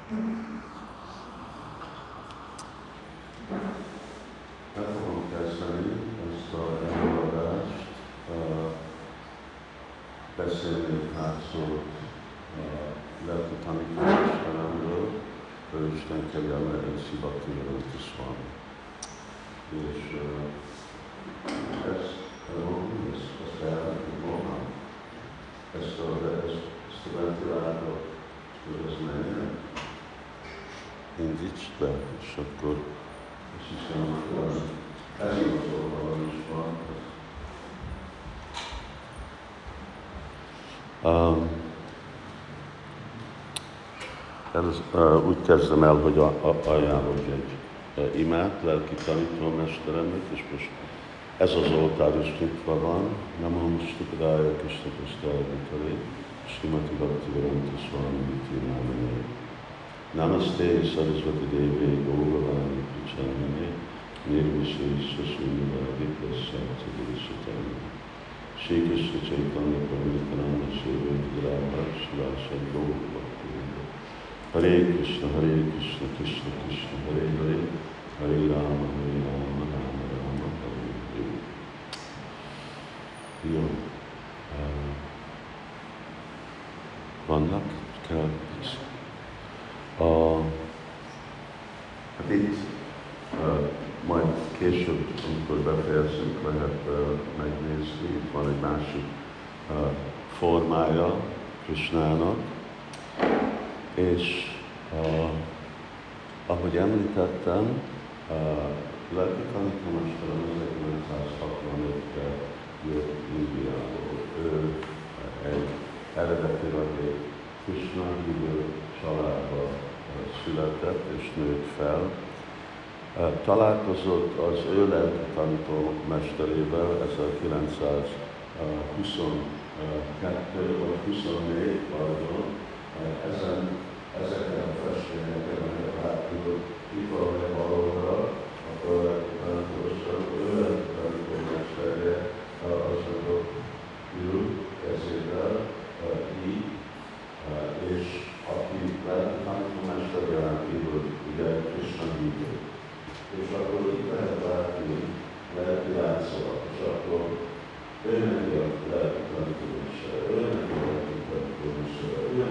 El fogom kezdeni ezt a előadást, beszélni pár szót lelki tanítómesteremről, ő Isten kegyelme Sri Bhaktivedanta Swami. És ezt elmondom, ezt a ventilátor, hogy ez menjen, indítsd be, és akkor azt hiszem, hogy ez igazolva is van. Úgy kezdem el, hogy ajánlok egy imát lelki tanítómesteremnek, és most ez az oltár is nyitva van, Namo Mustukadája Krishna Prasthaya Vitale, Srimati Bhaktivedanta Swami Niti Namane, Namaste Saraswati Devi Gauravani Prachamane, Nirvishesha Shunyavadi Prasad Sadhishatani, Shri Krishna Chaitanya Prabhupada Shri Vedra Shivasad Gauravani, Hare Krishna, Krishna Krishna, Hare Hare, Hare Rama, Rama Rama, Hare Hare. Jó. Vannak? Kell. Hát itt majd később, amikor befejezzük, lehet megnézni, itt van egy másik formája Krishnának, és ahogy említettem, lelki tanítómesterem 1965-ben jött Indiából. Ő eredetileg egy Krishna hívő családba született és nőtt fel. Találkozott az ő lelki tanítómesterével 1922 vagy 24 pardon, ezeken a festményeken, amelyek hátul itt van meg valóra, akkor ő lelki tanítómesterje azokok ül kezével, így, és aki lelki tanítómester jelenti, hogy ugye Krishna hívő. És akkor itt lehet látni lelki látszolat, és akkor ő neki a lelki tanítómester, ő neki a lelki tanítómester, ő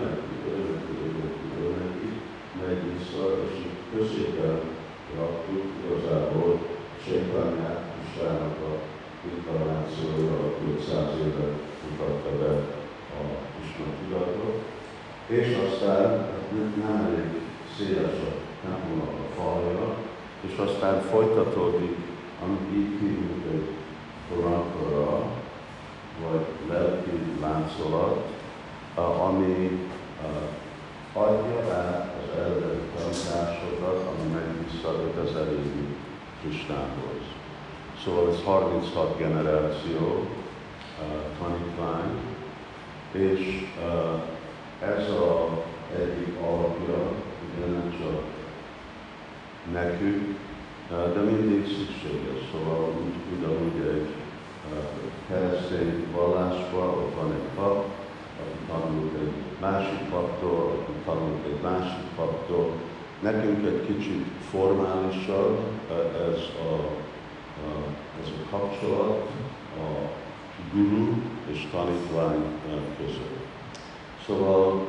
neki, megy vissza, és itt középen raktuk igazából Chaitanyát, Krisnának a inkarnációja, aki 500 éve mutatta be a Krishna tudatot, és aztán nem elég széles a templomnak a falja, és aztán folytatódik, amit így hívjuk egy parampara, vagy lelki láncolat, ami adja át az eredeti tanításokat, ami megy vissza 5000 évig Krishnához. Szóval ez 36 generáció tanítvány, és ez az egyik alapja, ugye nem csak nekünk, de mindig szükséges. Szóval ugyanúgy egy keresztény vallásban ott van egy pap, aki tanult egy másik paptól, aki tanult egy másik paptól. Nekünk egy kicsit formálisabb ez a kapcsolat a guru és tanítvány között. Szóval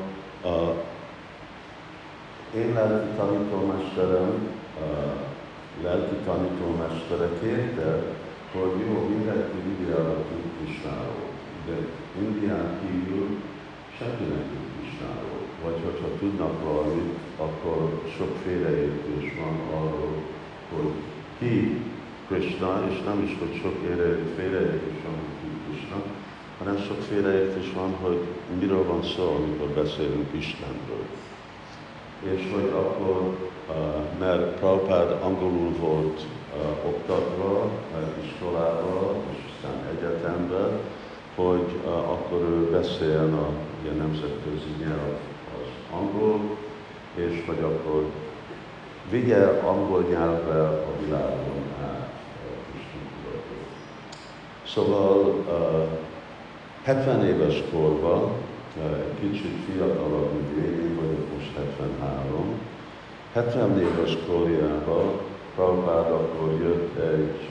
én lelki tanítómesterem, lelki tanítómestere kérte, hogy jó, mindenki Indiára tud Krishnáról, de Indián kívül senki nem tud Krishnáról. Vagy hogyha tudnak valamit, akkor sok félreértés van arról, hogy ki Krishna, és nem is, hogy sok félreértés van, hogy ki Krishna, hanem sok félreértés van, hogy miről van szó, amikor beszélünk Istenről. És hogy akkor, mert Prabhupád angolul volt oktatva, iskolában, és aztán egyetemben, hogy akkor ő beszéljen a nemzetközi nyelv az angol, és hogy akkor vigye angol nyelvvel a világon át Isten. Szóval 70 éves korban, egy kicsit fiatalabb, mint én vagyok most 73, 70 éves korjában Prabhupád akkor jött egy,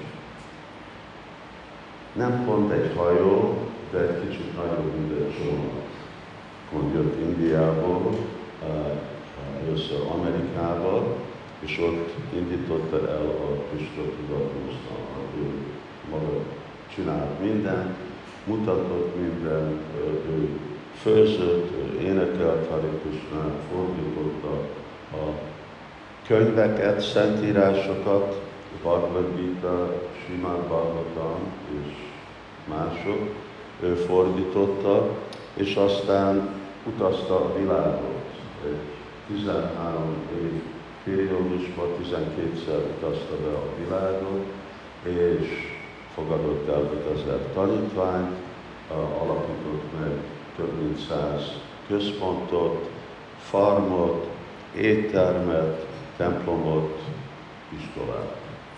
nem pont egy hajó, de egy kicsit nagyobb, mint egy csónak. Akkor jött Indiából, először Amerikába, és ott indította el a Krishna tudatmozgalmat. Ő maga csinált mindent, mutatott mindent, ő főzött, ő énekelt Hare Krishnát, fordította a könyveket, szentírásokat, Bhagavad Gita, Srimad Bhagavatam és mások, ő fordította, és aztán utazta a világot. Egy 13 év periódusban 12-szer utazta be a világot, és fogadott el 5000 tanítványt, alapított meg több mint 100 központot, farmot, éttermet, templomot, iskolát.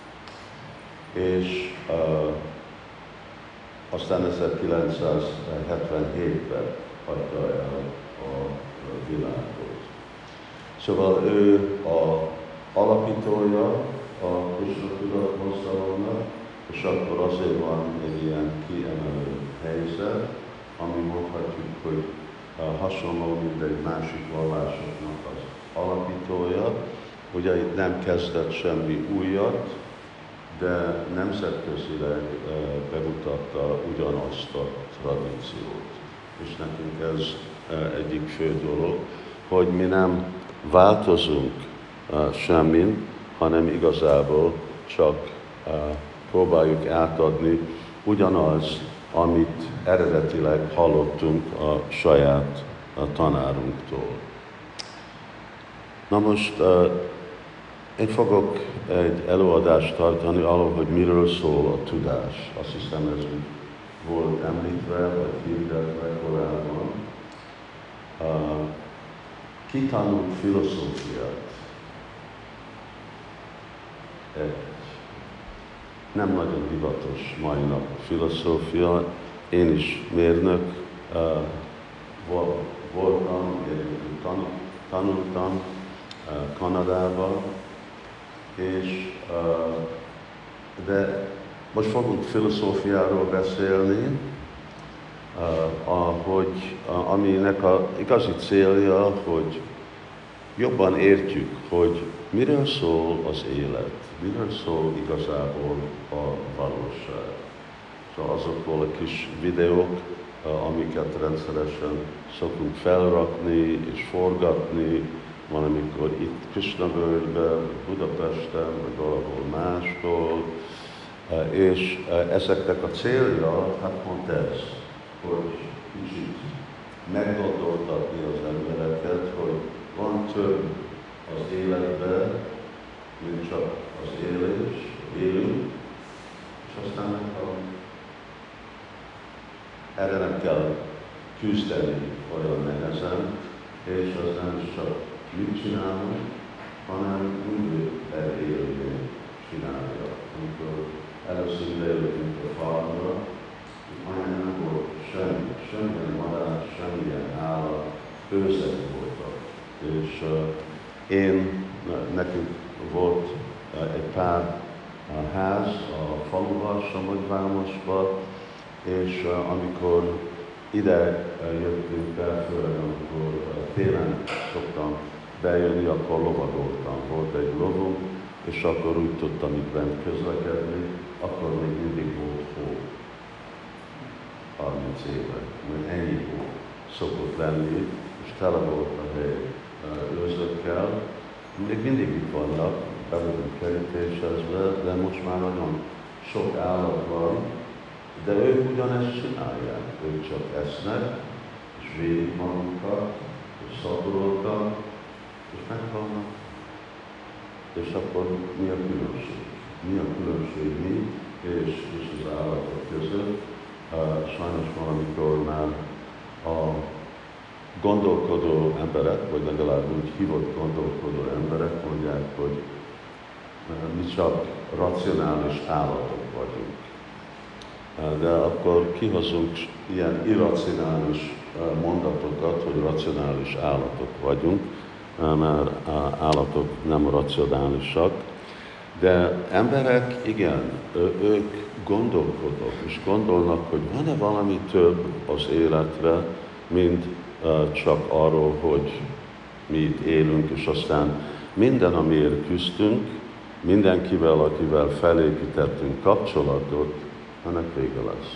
És aztán 1977-ben hagyta el a világot. Szóval ő az alapítója a Krishna tudatmozgalomnak, és akkor azért van egy ilyen kiemelő helyzet, ami mondhatjuk, hogy hasonló, mint egy másik vallásoknak az alapítója. Ugye itt nem kezdett semmi újat, de nemzetközileg bemutatta ugyanazt a tradíciót. És nekünk ez egyik fő dolog, hogy mi nem változunk semmin, hanem igazából csak próbáljuk átadni ugyanaz, amit eredetileg hallottunk a saját tanárunktól. Na most én fogok egy előadást tartani arról, hogy miről szól a tudás. Azt hiszem, ez volt említve, vagy hirdetve korábban. Ki tanult filozófiát? Egy nem nagyon divatos mai nap filozófia. Én is mérnök voltam, tanultam Kanadában, és de most fogunk filozófiáról beszélni, aminek az igazi célja, hogy jobban értjük, hogy miről szól az élet, miről szól igazából a valóság. Szóval azokból a kis videók, amiket rendszeresen szoktunk felrakni és forgatni, van, amikor itt Krishnavölgyben, Budapesten, vagy valahol máshol, és ezeknek a célja, hát pont ez, hogy kicsit meggondoltatni az embereket, hogy van több az életben, mint csak az élés, élünk, és aztán erre nem kell küzdeni olyan nehezen, és az nem csak mit csinálunk, hanem mindig elérni csinálja. Amikor először leültünk a farmra, majdnem nem volt semmilyen madár, semmilyen állat, őszek voltak. És nekünk volt egy pár ház a faluban, Somogyvámosban, és amikor ide jöttünk be, főleg amikor télen szoktam bejönni, akkor lovagoltam. Volt egy lovunk, és akkor úgy tudtam itt bent közlekedni, akkor még mindig volt hó. 30 éve, mert ennyi hó szokott lenni, és tele volt a hely őzökkel. Még mindig itt vannak, be vagyunk kerítésezve, de most már nagyon sok állat van, de ők ugyanezt csinálják, ők csak esznek, és védik magukat, és szaporodnak, és meghalnak. És akkor mi a különbség? Mi a különbség mi és az állatok között? Sajnos valamikor már a gondolkodó emberek, vagy legalább úgy hívott gondolkodó emberek mondják, hogy mi csak racionális állatok vagyunk. De akkor kihozunk ilyen irracionális mondatokat, hogy racionális állatok vagyunk, mert állatok nem racionálisak, de emberek, igen, ők gondolkodnak, és gondolnak, hogy van-e valami több az életre, mint csak arról, hogy mi itt élünk, és aztán minden, amiért küzdünk, mindenkivel, akivel felépítettünk kapcsolatot, ennek vége lesz.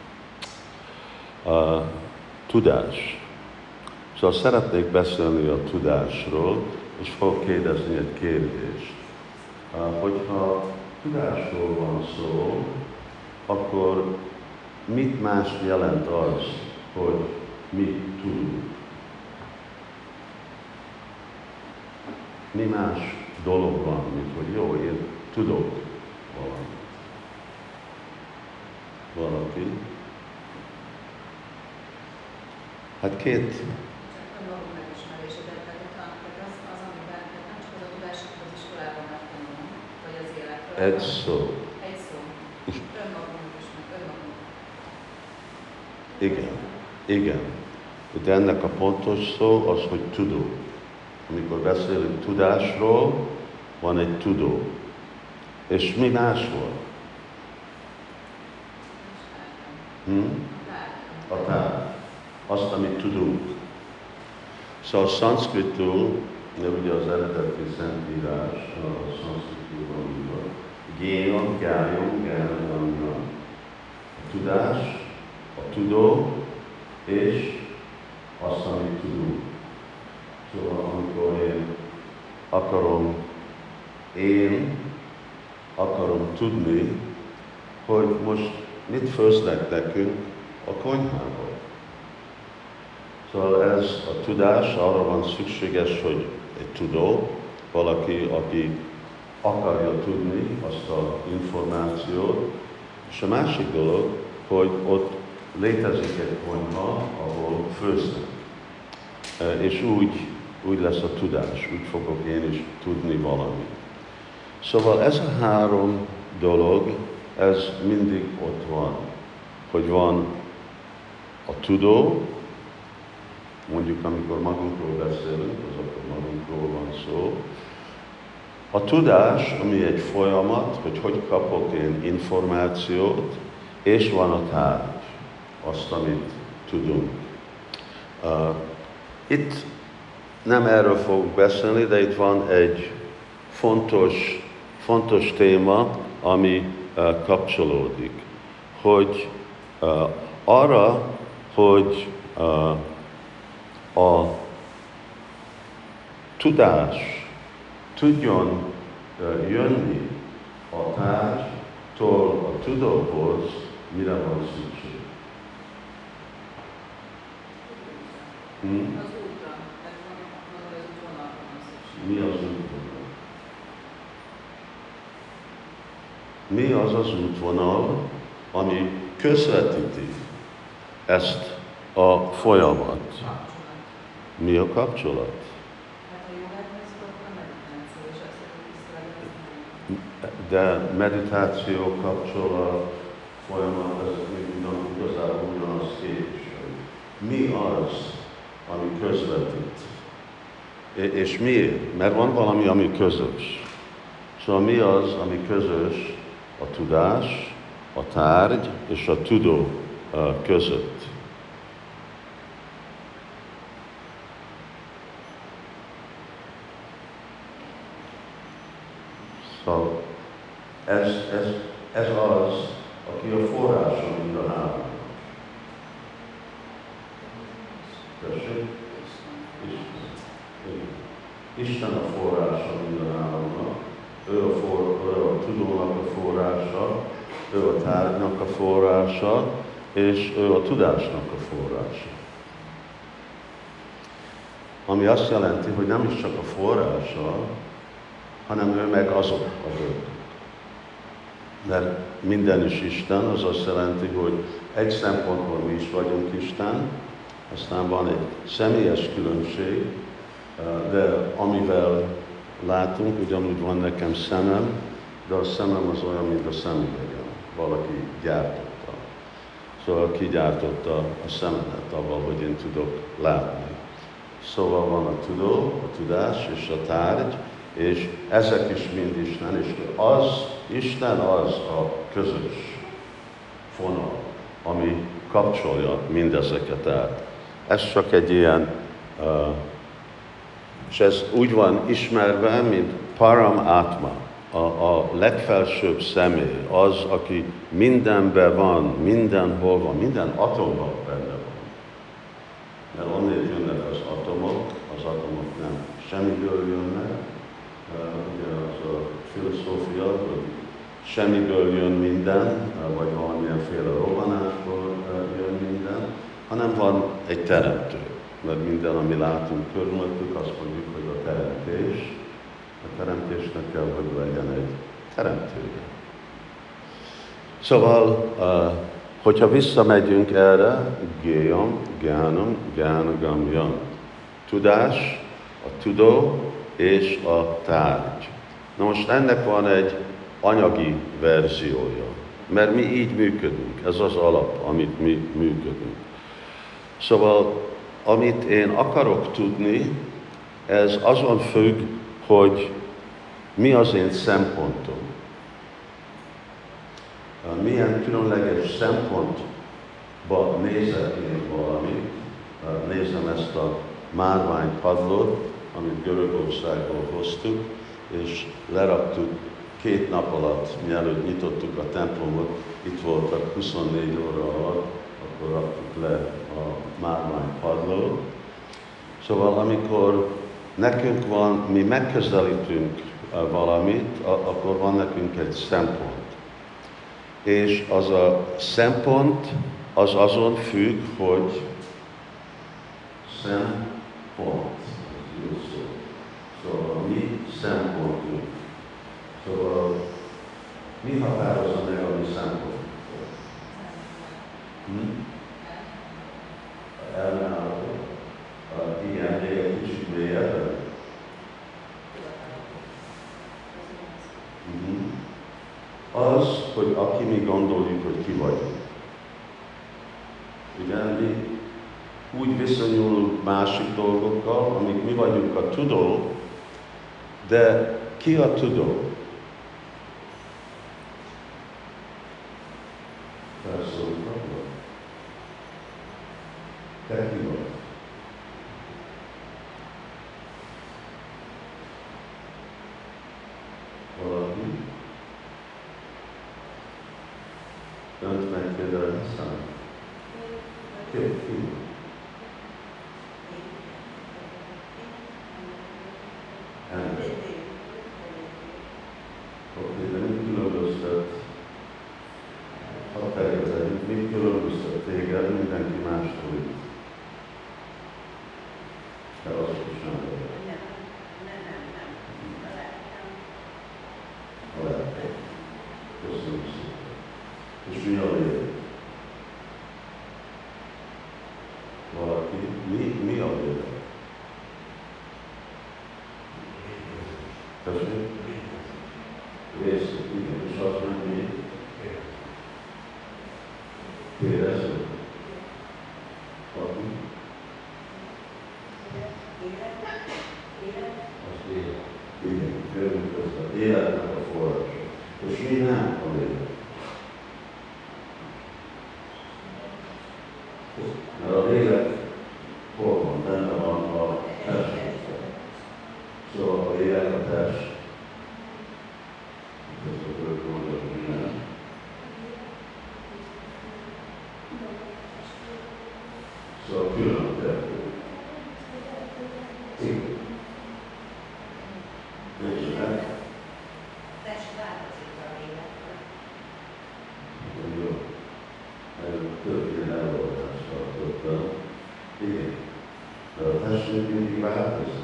Tudás. Szóval szeretnék beszélni a tudásról, és fogok kérdezni egy kérdést. Hogyha tudásról van szó, akkor mit más jelent az, hogy mit tudunk? Mi más dolog van, mint hogy jó, én tudok valamit. Valaki? Hát két. Önmagunk megismerésedet, tehát az, amiben nem csak az a tudás, amit az iskolában megtanulunk, vagy az életről. Egy szó. Egy szó. Önmagunk ismer, önmagunk. Igen. Igen. De ennek a pontos szó az, hogy tudó. Amikor beszélünk tudásról, van egy tudó. És mi más volt? A tárgy. Azt, amit tudunk. Szóval szanszkritul, de ugye az eredeti szentírás a szanszkritul van, génon, gájon, gájon. A tudás, a tudó, és azt, amit tudunk. Szóval amikor én akarom tudni, hogy most mit főznek nekünk a konyhában. Szóval ez a tudás, arra van szükséges, hogy egy tudó, valaki, aki akarja tudni azt az információt, és a másik dolog, hogy ott létezik egy konyha, ahol főznek. És úgy lesz a tudás, úgy fogok én is tudni valamit. Szóval ez a három dolog, ez mindig ott van. Hogy van a tudó, mondjuk amikor magunkról beszélünk, az akkor magunkról van szó. A tudás, ami egy folyamat, hogy kapok én információt, és van a tárgy, azt, amit tudunk. Itt nem erről fogok beszélni, de itt van egy fontos téma, ami kapcsolódik. Hogy arra, hogy a tudás tudjon jönni a tárgytól a tudóhoz, mire van szükség? Az útra, tehát az útvonalra van szükség. Mi az útvonal? Mi az az útvonal, ami közvetíti ezt a folyamat? Mi a kapcsolat? Hát ha jól elnézzük, akkor a meditáció, és azt a tisztelet. De meditáció, kapcsolat, folyamat, ezek még igazából ugyanaz képviselő. Mi az, ami közvetít? És miért? Mert van valami, ami közös. Szóval mi az, ami közös a tudás, a tárgy és a tudó között? Szóval ez az, aki a forrása mind a háromnak. Tessék? Isten a forrása mind a háromnak. Ő a tudónak a forrása, ő a tárgynak a forrása, és ő a tudásnak a forrása. Ami azt jelenti, hogy nem is csak a forrása, hanem ő meg azok a dolgok. Mert minden is Isten, az azt jelenti, hogy egy szempontból mi is vagyunk Isten, aztán van egy személyes különbség, de amivel látunk, ugyanúgy van nekem szemem, de a szemem az olyan, mint a szemüvegem. Valaki gyártotta. Szóval ki gyártotta a szememet avval, hogy én tudok látni. Szóval van a tudó, a tudás és a tárgy, és ezek is mind Isten, és Isten az a közös fonal, ami kapcsolja mindezeket át. Ez csak egy ilyen, és ez úgy van ismerve, mint Param Atma, a legfelsőbb személy, az, aki mindenben van, mindenhol van, minden atomban benne van. Mert onnét jönnek az atomok nem semmiből jönnek, ugye az a filozófia, hogy semmiből jön minden, vagy valamilyenféle robbanásból jön minden, hanem van egy teremtő. Mert minden, ami látunk körülöttük, azt mondjuk, hogy a teremtés. A teremtésnek kell, hogy legyen egy teremtője. Szóval, hogyha visszamegyünk erre, Géyam, Gyánam, Gyánagamjam. Tudás, a tudó és a tárgy. Na most ennek van egy anyagi verziója, mert mi így működünk, ez az alap, amit mi működünk. Szóval, amit én akarok tudni, ez azon függ, hogy mi az én szempontom. Milyen különleges szempontba nézek én valamit, nézem ezt a márványpadlót, amit Görögországból hoztuk, és leraktuk 2 nap alatt, mielőtt nyitottuk a templomot, itt voltak 24 óra alatt, akkor raktuk le a márványpadlót. Szóval amikor nekünk van, mi megközelítünk valamit, akkor van nekünk egy szempont. És az a szempont az azon függ, hogy szempont. Szóval a mi szempontunk. Szóval mi határozza meg a mi szempontunkat? Ellenálló. Igen, még egy kicsit mélyebben. Az, hogy aki mi gondoljuk, hogy ki vagyunk. Ugye, mi úgy viszonyulunk másik dolgokkal, amik mi vagyunk a tudó, de ki a tudó? Felszólítva? Te ki vagy? Valaki? Önt megkérdezni szám? Ki? Oké, de mit különböztet? Ha terjededik, mit különböztet téged mindenki mástól itt? Te azt is nem vagy. A lelkem. Köszönöm szépen. És mi a lélek? Valaki? Mi a lélek? Tessék? Részt, igen, és azt mondja, mi? Érező? Valaki? Az élet. Igen, körülünk közben. Életnek a forrása. És mi nem a lélek? Mert a lélek hol van? Benne van a testben. Szóval a lélek a test. Ez a körülmondja, hogy nem. Szóval külön a kettő. Igen. Nézzük meg. Test változik a lélekről. Jó. Erről több ilyen előadást tartottam. Igen. De a testünk mindig változik.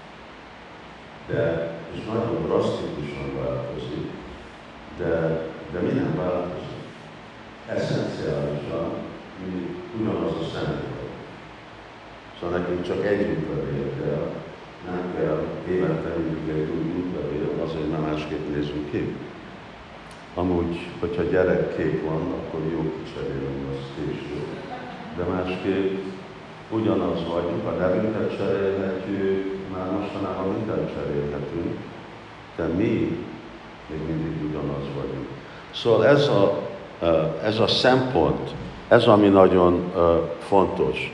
De, és nagyon drasztikusan változik, de mi nem változik. Eszenciálisan mi ugyanaz a személy. Szóval nekünk csak egy útlevél kell, nem kell évente mindig egy új útlevél, azért nem másképp nézünk ki. Amúgy, hogyha gyerekkék van, akkor jó kicserélni azt később. De másképp ugyanaz vagyunk, a nevünket cserélhetjük, már mostanában mindent cserélhetünk, de mi még mindig ugyanaz vagyunk. Szóval ez a szempont, ez ami nagyon fontos.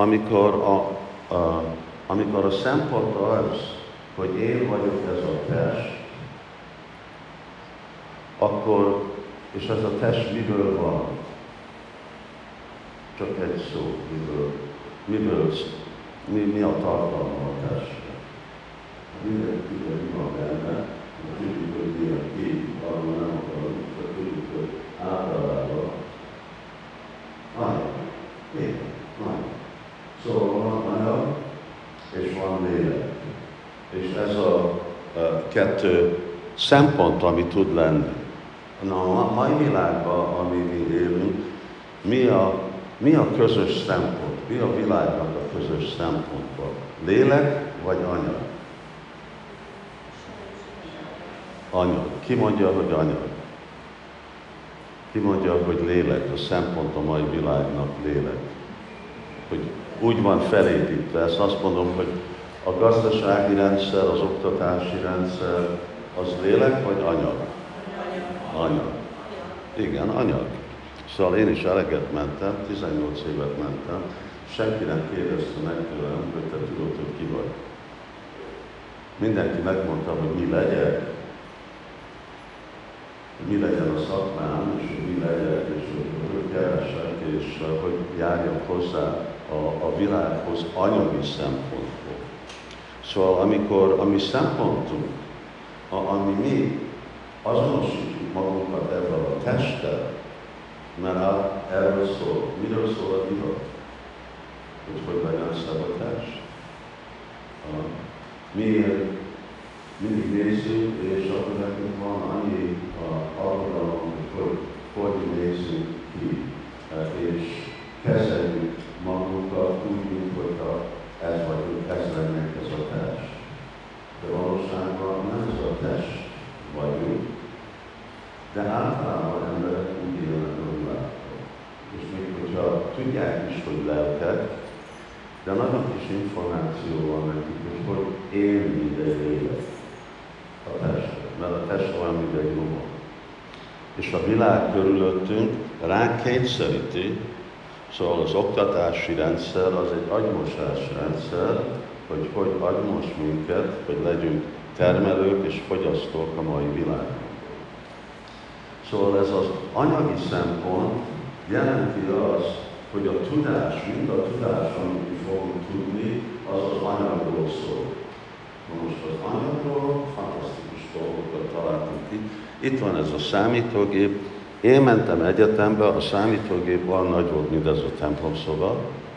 Amikor a szempont az, hogy én vagyok ez a test, akkor, és ez a test miből van? Csak egy szó, mi a tartalma a testnek? Mindenki tudja, mi van benne, tudjuk, hogy milyen ki, arról nem akarunk, de tudjuk, hogy általában anyag. Igen, anyag. Szóval van anyag, és van lélek. És ez a kettő szempont, ami tud lenni. Na, a mai világban, ami mi élünk, mi a közös szempont? Mi a világnak a közös szempontban? Lélek vagy anyag? Anyag. Ki mondja, hogy anyag? Ki mondja, hogy lélek? A szempont a mai világnak lélek. Hogy úgy van felépítve, ezt azt mondom, hogy a gazdasági rendszer, az oktatási rendszer, az lélek vagy anyag? Anyag. Igen, anyag. Szóval én is eleget mentem, 18 évet mentem, senki nem kérdezte meg tőlem, hogy te tudod, hogy ki vagy. Mindenki megmondta, hogy mi legyen, mi legyen a szakmám, és hogy mi legyen, és hogy keresek, és hogy járjak hozzá a világhoz anyagi szempontból. Szóval amikor a mi szempontunk, ami mi azonosítjuk magunkat ebben a testtel, mert erről szól. Miről szól a divat? Hogy legyen szebb a test? Mi mindig nézzük, és akkor nekünk van annyi aggodalom, hogy nézzünk ki, és kezeljük magunkat úgy, mint hogyha ez vagyunk, ez lennénk ez a test. De valóságban nem ez a test vagyunk, de általában emberek úgy élnek a világban. És még hogyha tudják is, hogy lelkek, de nagyon kis információ van nekik, hogy él, mint egy lélek a test. Mert a test olyan, mint egy roma. És a világ körülöttünk ránk kényszeríti, szóval az oktatási rendszer az egy agymosás rendszer, hogy agymos minket, hogy legyünk termelők és fogyasztók a mai világban. Szóval ez az anyagi szempont jelenti azt, hogy a tudás, mind a tudás, amit mi fogunk tudni, az az anyagról szól. Most az anyagról fantasztikus dolgokat találtunk ki. Itt van ez a számítógép. Én mentem egyetembe, a számítógép olyan nagy volt, mint ez a templomszoba,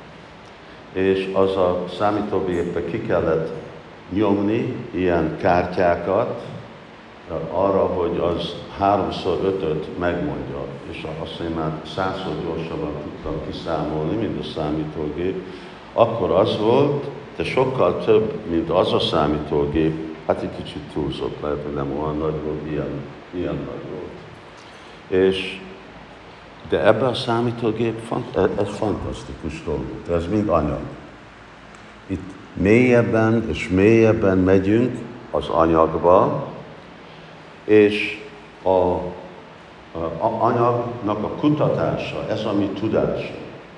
és az a számítógépbe ki kellett nyomni ilyen kártyákat, arra, hogy az 3x5-öt megmondja, és azt én már 100-szor gyorsabban tudtam kiszámolni, mint a számítógép, akkor az volt, de sokkal több, mint az a számítógép, hát egy kicsit túlzott, lehet, hogy nem olyan nagy volt, ilyen nagy volt. De ebben a számítógép, ez fantasztikus dolog, ez mind anyag. Itt mélyebben és mélyebben megyünk az anyagba, és az anyagnak a kutatása, ez a mi tudása.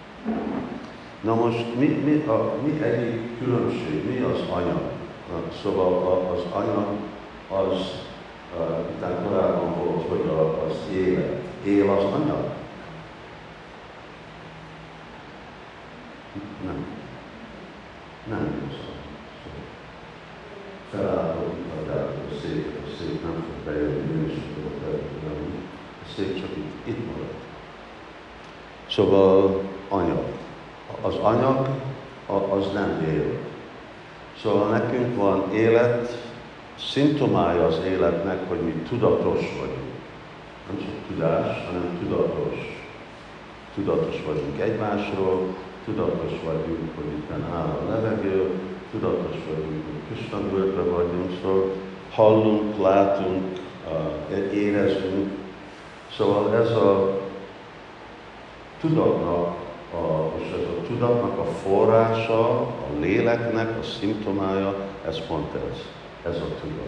Na most mi egyik különbség, mi az anyag? Szóval az anyag az, után korábban volt, hogy az élet. Él az anyag? Nem. Nem igazán. Felálltok, adjátok a szék nem fog bejönni, én is tudok elmondani. A szék csak itt marad. Szóval anyag. Az anyag az nem él. Szóval nekünk van élet, szimptomája az életnek, hogy mi tudatos vagyunk. Nem csak tudás, hanem tudatos. Tudatos vagyunk egymásról, tudatos vagyunk, hogy itt áll a levegő, tudatos vagyunk, hogy Krisna-bőrben vagyunk, szóval hallunk, látunk, érezzünk. Szóval ez a tudatnak És ez a tudatnak a forrása, a léleknek a szimptomája, ez pont ez a tudat.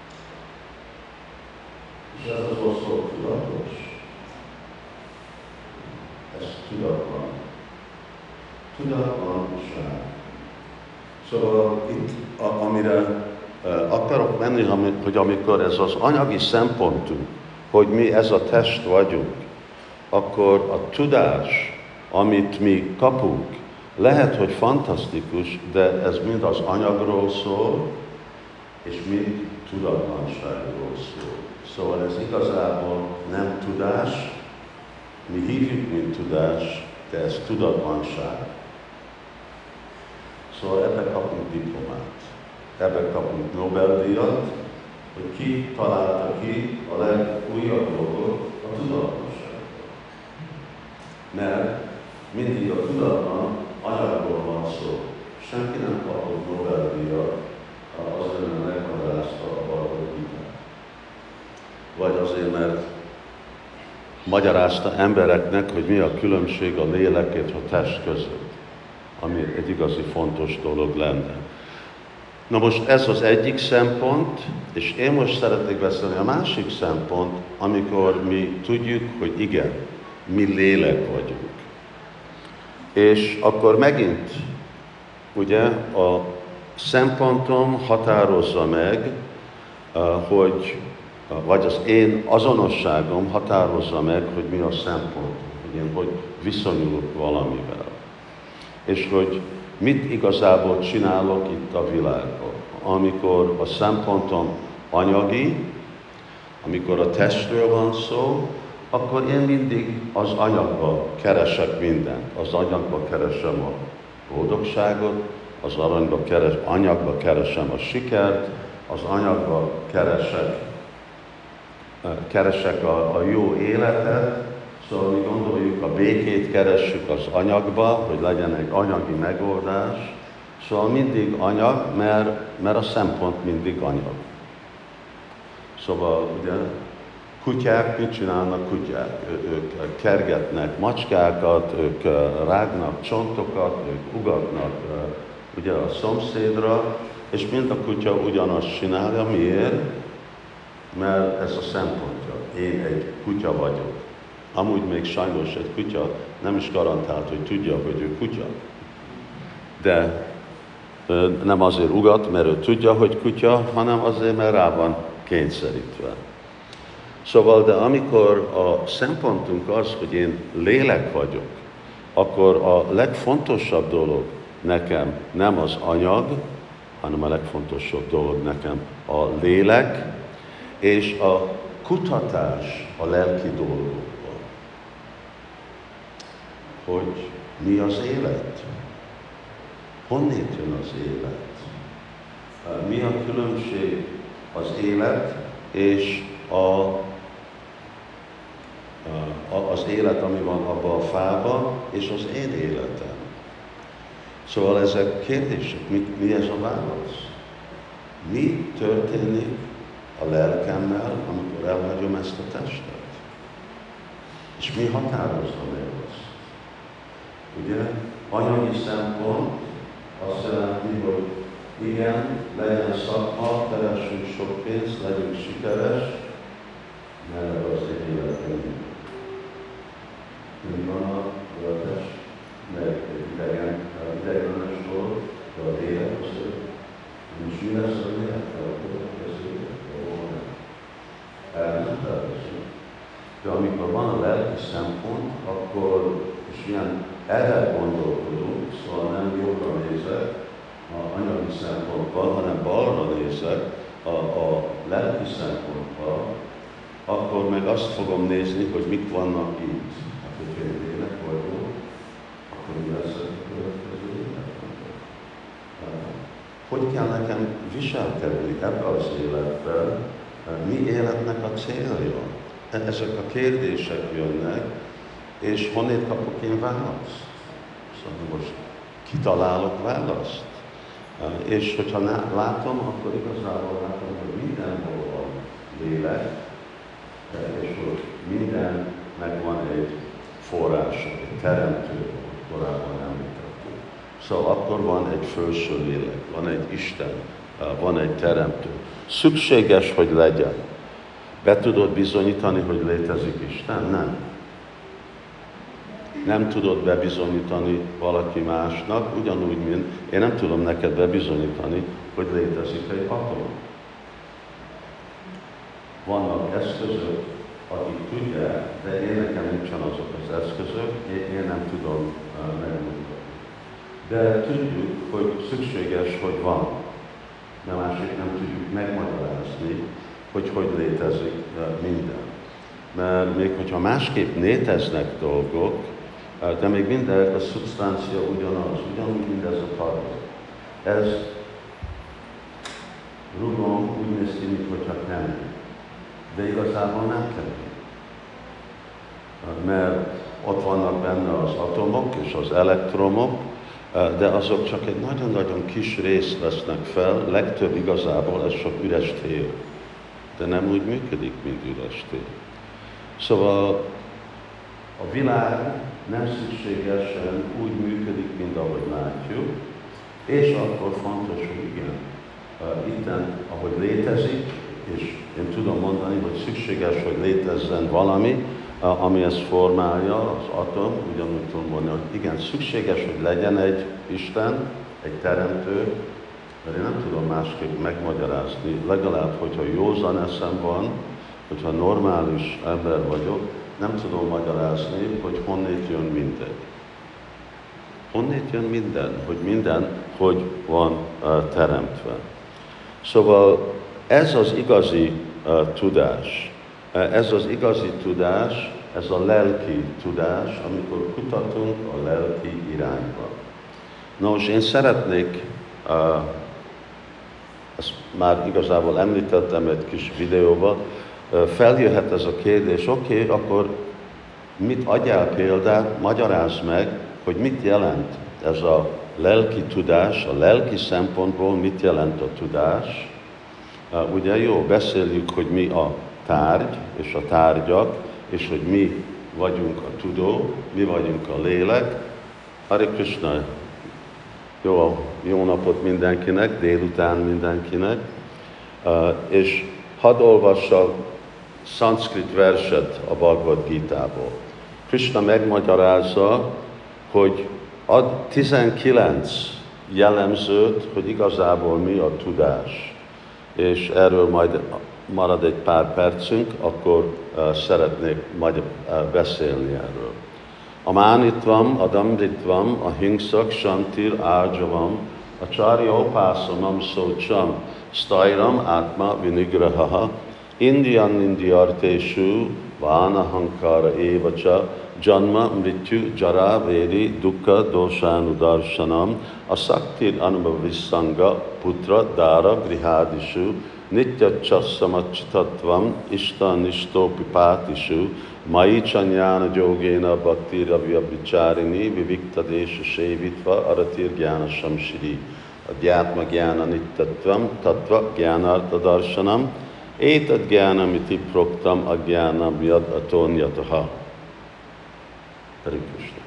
És ez az oszlop tudatos? Ez tudatlan. Tudatlanság. Szóval itt, amire akarok menni, hogy amikor ez az anyagi szempontunk, hogy mi ez a test vagyunk, akkor a tudás, amit mi kapunk, lehet, hogy fantasztikus, de ez mind az anyagról szól, és mind tudatlanságról szól. Szóval ez igazából nem tudás, mi hívjuk, mint tudás, de ez tudatlanság. Szóval ebben kapunk diplomát, ebben kapunk Nobel-díjat, hogy ki találta ki a legújabb dolgot, a tudatlanságot. Mert mindig a tudatlan anyagról van szó. Senki nem kapott Nobel-díjat azért, mert megmagyarázta a Bhagavad Gitát. Vagy azért, mert magyarázta embereknek, hogy mi a különbség a lélek és a test között, ami egy igazi fontos dolog lenne. Na most ez az egyik szempont, és én most szeretnék beszélni a másik szempont, amikor mi tudjuk, hogy igen, mi lélek vagyunk. És akkor megint, ugye, a szempontom határozza meg, hogy, vagy az én azonosságom határozza meg, hogy mi a szempont, hogy én hogy viszonyulok valamivel. És hogy mit igazából csinálok itt a világban. Amikor a szempontom anyagi, amikor a testről van szó, akkor én mindig az anyagba keresek mindent. Az anyagba keresem a boldogságot, az anyagba keresem a sikert, az anyagba keresek a jó életet, szóval mi gondoljuk, a békét keressük az anyagba, hogy legyen egy anyagi megoldás. Szóval mindig anyag, mert a szempont mindig anyag. Szóval ugye kutyák, mit csinálnak kutyák? Ők kergetnek macskákat, ők rágnak csontokat, ők ugatnak ugye a szomszédra, és mind a kutya ugyanazt csinálja. Miért? Mert ez a szempontja. Én egy kutya vagyok. Amúgy még sajnos egy kutya nem is garantált, hogy tudja, hogy ő kutya. De nem azért ugat, mert ő tudja, hogy kutya, hanem azért, mert rá van kényszerítve. Szóval, de amikor a szempontunk az, hogy én lélek vagyok, akkor a legfontosabb dolog nekem nem az anyag, hanem a legfontosabb dolog nekem a lélek, és a kutatás a lelki dolgokban. Hogy mi az élet? Honnét jön az élet? Mi a különbség az élet és az élet, ami van abban a fában, és az én életem? Szóval ezek kérdések, mi ez a válasz? Mi történik a lelkemmel, amikor elhagyom ezt a testet? És mi határozza meg azt? Ugye, anyagi szempont azt jelenti, hogy igen, legyen szakma, keressünk sok pénzt, legyünk sikeres, mert az egy életben. Mi van a test, meg egy ideiglenes dolog, de a lélek az ő. És mi lesz a lélek? A következő, ahol nem. Erre nem tervezünk. De amikor van a lelki szempont, akkor, és milyen erre gondolkodunk, szóval nem jobbra nézek a anyagi szempontból, hanem balra nézek a lelki szempontból, akkor meg azt fogom nézni, hogy mik vannak itt. Hát, hogyha én lélek vagyok, akkor mi lesz a következő életben? Hogy kell nekem viselkedni ebbe az életben? Mi életnek a célja? Ezek a kérdések jönnek, és honnét kapok én választ? Szóval most kitalálok választ. És hogyha látom, akkor igazából látom, hogy mindenhol van lélek, és hogy mindennek van egy forrása, egy teremtő. korábban említettük. Szóval akkor van egy felső lélek, van egy Isten, van egy teremtő. Szükséges, hogy legyen. Be tudod bizonyítani, hogy létezik Isten? Nem. Nem tudod bebizonyítani valaki másnak, ugyanúgy, mint én nem tudom neked bebizonyítani, hogy létezik egy atom. Vannak eszközök, akik tudják, de én nekem nincsen azok az eszközök, én nem tudom megmutatni. De tudjuk, hogy szükséges, hogy van. De másik nem tudjuk megmagyarázni, hogy létezik minden. Mert még hogyha másképp léteznek dolgok, de még minden a szubsztáncia ugyanaz, ugyanúgy mindez a tartó. Ez rugom úgy néz ki, mintha kemény, de igazából nem kemény. Mert ott vannak benne az atomok és az elektromok, de azok csak egy nagyon-nagyon kis részt vesznek fel, legtöbb igazából ez csak üres tér. De nem úgy működik, mint üres tér. Szóval a világ nem szükségesen úgy működik, mint ahogy látjuk, és akkor fontos, hogy igen, itten, ahogy létezik, és én tudom mondani, hogy szükséges, hogy létezzen valami, ami ezt formálja, az atom, ugyanúgy tudom mondani, hogy igen, szükséges, hogy legyen egy Isten, egy teremtő, mert én nem tudom másképp megmagyarázni, legalább, hogyha józan eszem van, hogyha normális ember vagyok, nem tudom magyarázni, hogy honnét jön minden. Honnét jön minden, hogy minden, hogy van teremtve. Szóval ez az igazi tudás. Ez az igazi tudás, ez a lelki tudás, amikor kutatunk a lelki irányba. Nos, én szeretnék, ezt már igazából említettem egy kis videóban, feljöhet ez a kérdés, oké, akkor mit adjál példát, magyarázd meg, hogy mit jelent ez a lelki tudás, a lelki szempontból mit jelent a tudás. Ugye jó, beszéljük, hogy mi a tárgy és a tárgyak, és hogy mi vagyunk a tudó, mi vagyunk a lélek. Hare Krishna, jó napot mindenkinek, délután mindenkinek, és hadd olvassak szanszkrit verset a Bhagavad Gítából. Krishna megmagyarázza, hogy ad 19 jellemzőt, hogy igazából mi a tudás. És erről majd marad egy pár percünk, akkor szeretnék majd beszélni erről. A mánitvam, a damritvam, a hingszak, santir, árjavam, a csáriopászanam szócsam, sztajram, átma, vinigraha, indian indiartésú, vánahankara évacsa, janma, mrityu, jara, vedi, dukkha, doshánu darshanam, a szaktir anubhavisanga, putra, dára, grihádisú, nitya samacchitatvam, istan nistópi pátisú, mai csanyána gyógéna bhaktira vyabhicsárini, viviktadésa sévitva, aratir gyána samsiri, a gyátma gyána nittatvam, tatva gyánarta darshanam, étad gyánam iti proktam a gyánam yad atonyataha. Hare Krishna.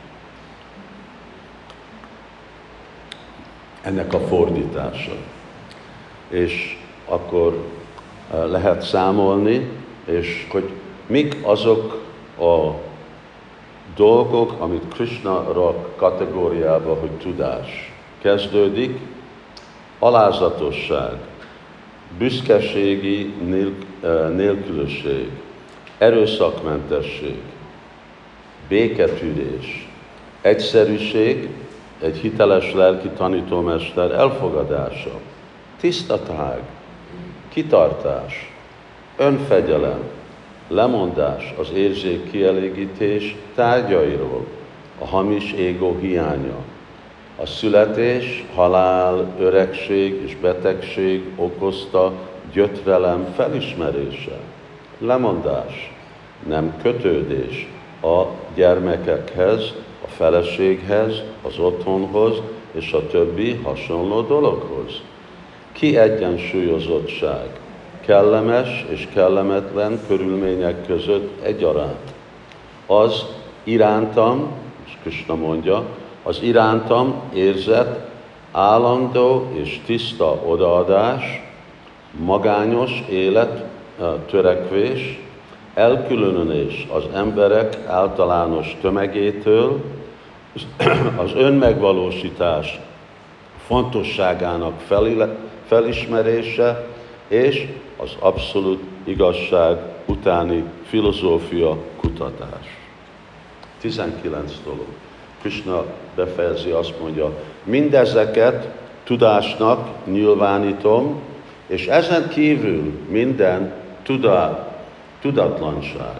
Ennek a fordítása. És akkor lehet számolni, és hogy mik azok a dolgok, amit Krishna rak kategóriába, hogy tudás. Kezdődik alázatosság, büszkeségi nélkülösség, erőszakmentesség, béketűrés, egyszerűség, egy hiteles lelki tanítómester elfogadása, tisztaság, kitartás, önfegyelem, lemondás az érzék kielégítés tárgyairól, a hamis égó hiánya, a születés, halál, öregség és betegség okozta gyötrelem felismerése, lemondás, nem kötődés a gyermekekhez, a feleséghez, az otthonhoz és a többi hasonló dologhoz. Kiegyensúlyozottság, kellemes és kellemetlen körülmények között egyaránt. Az irántam, és Krishna mondja, az irántam érzett állandó és tiszta odaadás, magányos élet, törekvés, elkülönülés az emberek általános tömegétől, az önmegvalósítás fontosságának felismerése és az abszolút igazság utáni filozófia kutatás. 19 dolog. Krishna befejezi, azt mondja, mindezeket tudásnak nyilvánítom, és ezen kívül minden tudatlanság.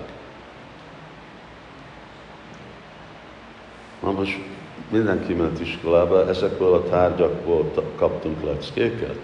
Na most mindenki ment iskolába, ezekből a tárgyakból kaptunk leckéket?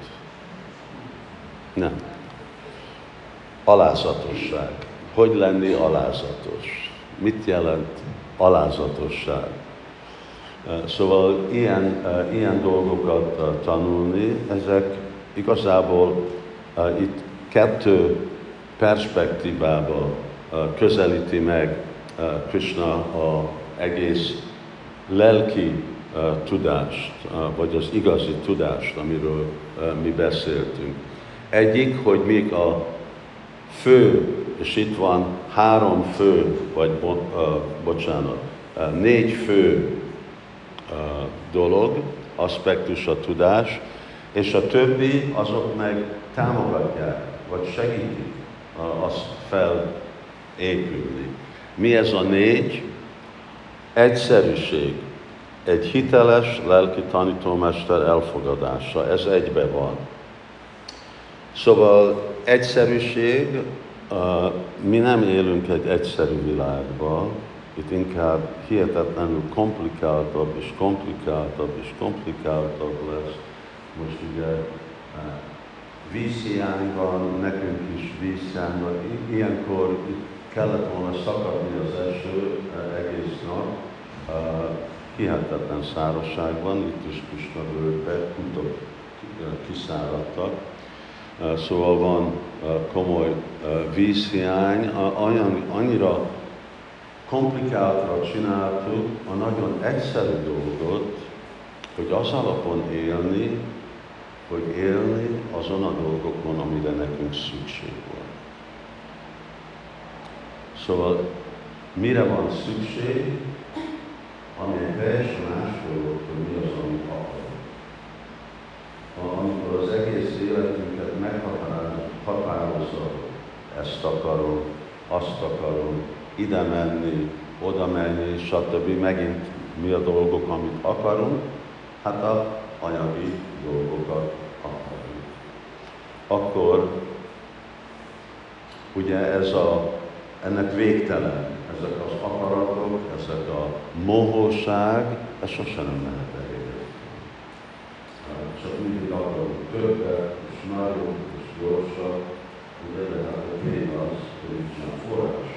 Nem. Alázatosság. Hogy lenni alázatos? Mit jelent alázatosság? Szóval ilyen dolgokat tanulni, ezek igazából itt kettő perspektívával közelíti meg Krishna az egész lelki tudást, vagy az igazi tudást, amiről mi beszéltünk. Egyik, hogy még a fő, és itt van 3 fő, vagy bocsánat, 4 fő dolog, aspektus a tudás, és a többi azok meg támogatják, vagy segítik azt felépülni. Mi ez a 4? Egyszerűség. Egy hiteles lelki tanítómester elfogadása, ez egybe van. Szóval egyszerűség, mi nem élünk egy egyszerű világban, itt inkább hihetetlenül komplikáltabb és komplikáltabb és komplikáltabb lesz. Most ugye vízhiány van, nekünk is vízhiány van. Ilyenkor kellett volna szakadni az eső egész nap. Hihetetlen szárazság van, itt is Krishna völgyben, kutok kiszáradtak. Szóval van komoly vízhiány, annyira komplikáltra csináltuk a nagyon egyszerű dolgot, hogy az alapon élni, hogy élni azon a dolgokon, amire nekünk szükség van. Szóval mire van szükség, ami egy teljesen más dolog, hogy mi az, amit akarunk. Amikor az egész életünket meghatározza, ezt akarom, azt akarom, ide menni, oda menni, stb. Megint mi a dolgok, amit akarunk? Hát a anyagi dolgokat akarunk. Akkor ugye ennek végtelen, ezek az akaratok, ezek a mohóság, ez sosem nem lehet elérni. Csak mindig akarunk többet, és nagyobb, és gyorsabb, de lehet a tény az, hogy nincsen forrás.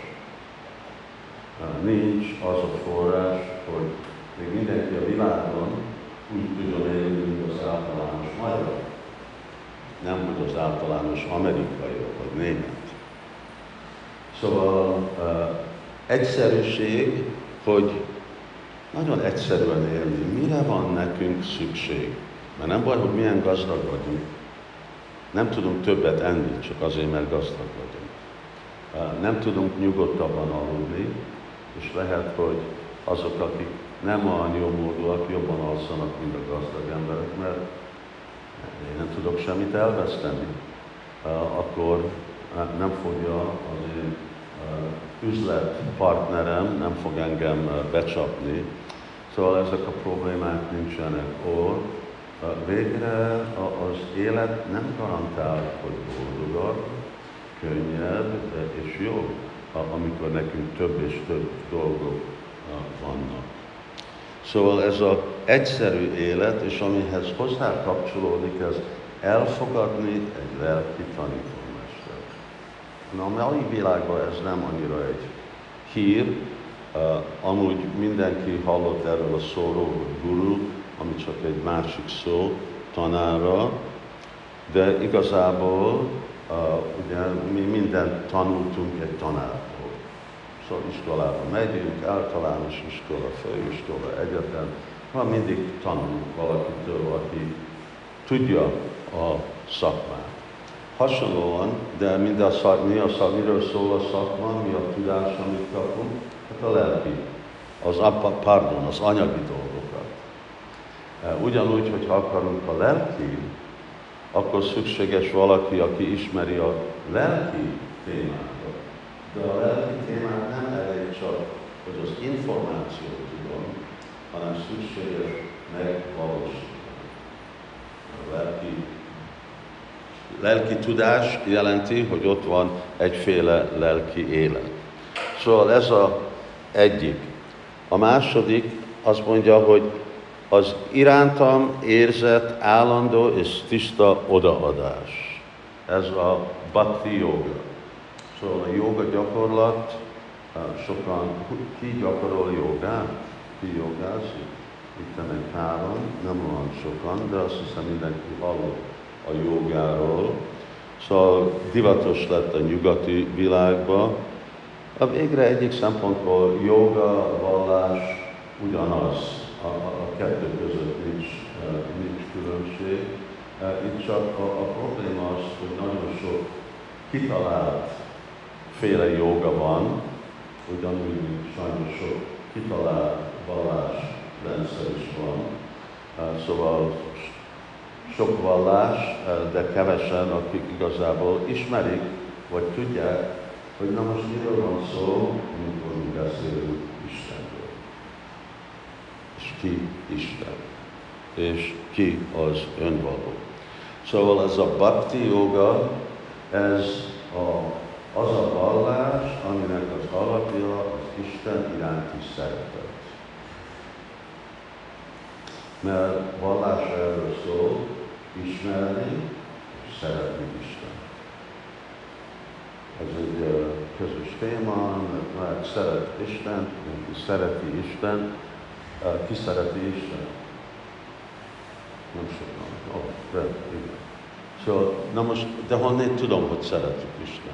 Nincs az a forrás, hogy még mindenki a világon úgy tudjon élni, mint az általános magyar. Nem, hogy az általános amerikai, vagy német. Szóval egyszerűség, hogy nagyon egyszerűen élni. Mire van nekünk szükség? Mert nem baj, hogy milyen gazdag vagyunk. Nem tudunk többet enni, csak azért, mert gazdag vagyunk. Nem tudunk nyugodtabban aludni, és lehet, hogy azok, akik nem olyan jómódúak, jobban alszanak, mint a gazdag emberek, mert én nem tudok semmit elveszteni. Akkor nem fogja az én üzletpartnerem, nem fog engem becsapni. Szóval ezek a problémák nincsenek ott. Végre az élet nem garantál, hogy boldogak, könnyebb és jobb, amikor nekünk több és több dolgok vannak. Szóval ez az egyszerű élet, és amihez hozzá kapcsolódik, ez elfogadni egy lelki tanítómester. Na, a mai világban ez nem annyira egy hír, amúgy mindenki hallott erről a szóról, hogy guru, ami csak egy másik szó tanára, de igazából ugye mi mindent tanultunk egy tanártól. Szóval iskolába megyünk, általános iskola, főiskola, egyetem, Ha mindig tanulunk valakitől, aki tudja a szakmát. Hasonlóan, de miről szól a szakma, mi a tudás, amit kapunk? Hát a lelki, az anyagi dolgokat. Ugyanúgy, hogyha akarunk a lelki, akkor szükséges valaki, aki ismeri a lelki témákat. De a lelki témát nem elég csak, hogy az információt tudom, hanem szükséges megvalósítani. A lelki tudás jelenti, hogy ott van egyféle lelki élet. Szóval ez az egyik. A második azt mondja, hogy az irántam érzett állandó és tiszta odaadás. Ez a bhakti yoga. Szóval a joga gyakorlat, sokan, ki gyakorol jogát? Ki jogázik? Itt egy 3, nem olyan sokan, de azt hiszem mindenki hallott a jogáról. Szóval divatos lett a nyugati világban. A végre egyik szempontból joga, vallás ugyanaz. A kettő között nincs különbség. Itt csak a probléma az, hogy nagyon sok kitalált féle joga van, ugyanúgy, mint sajnos sok kitalált vallásrendszer is van. Szóval sok vallás, de kevesen, akik igazából ismerik, vagy tudják, hogy na most miről van szó, amikor mi beszélünk Istenről. És ki Isten. És ki az önvaló. Szóval ez a bhakti yoga, ez az a vallás, aminek az alapja az Isten iránti szeretet. Mert vallás erről szól, ismerni és szeretni Isten. Ez egy közös téma, mert szeret Isten, ki szereti Isten, ki szereti Isten? Nem sokan. De igen. Szóval, na most, de honnét tudom, hogy szeretjük Isten?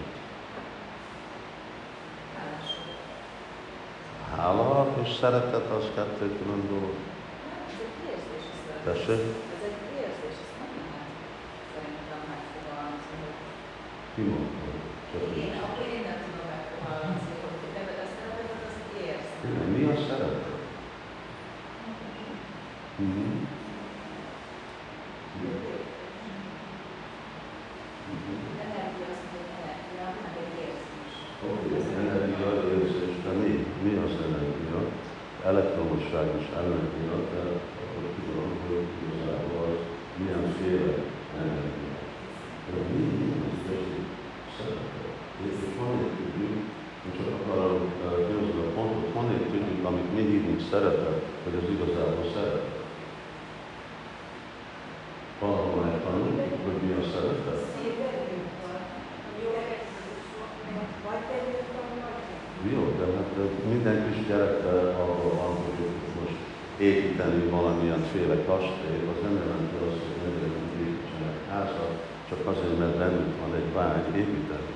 Hála és szeretet az kettő külön dolog. Tessék? Ez egy érzés, ezt nem lehet szerintem megfogalmazni. Ki mondta? Akkor én nem tudom megfogalmazni, hogy te a szeretetet, azt érzed. Mi a szeretet? Energia az, hogy energia, meg egy érzés. Energia, érzés, de mi az energia? Elektromosság is energia, de akkor tudom, hogy igazából az milyenféle energia. De mi az igazi szeretet? És honnét tudjuk, hogy csak akarom győzni a pontot, honnét tudjuk, amit mi hívunk szeretet, hogy az igazából szeretet. Valahol megtanuljuk, hogy mi a szeretet? Jó, de hát minden kis gyerek arról van, hogy most építeni valamilyenféle kastélyt, az nem jelenti azt, hogy nem építsenek házat, csak azért, mert bennük van egy vágy építeni.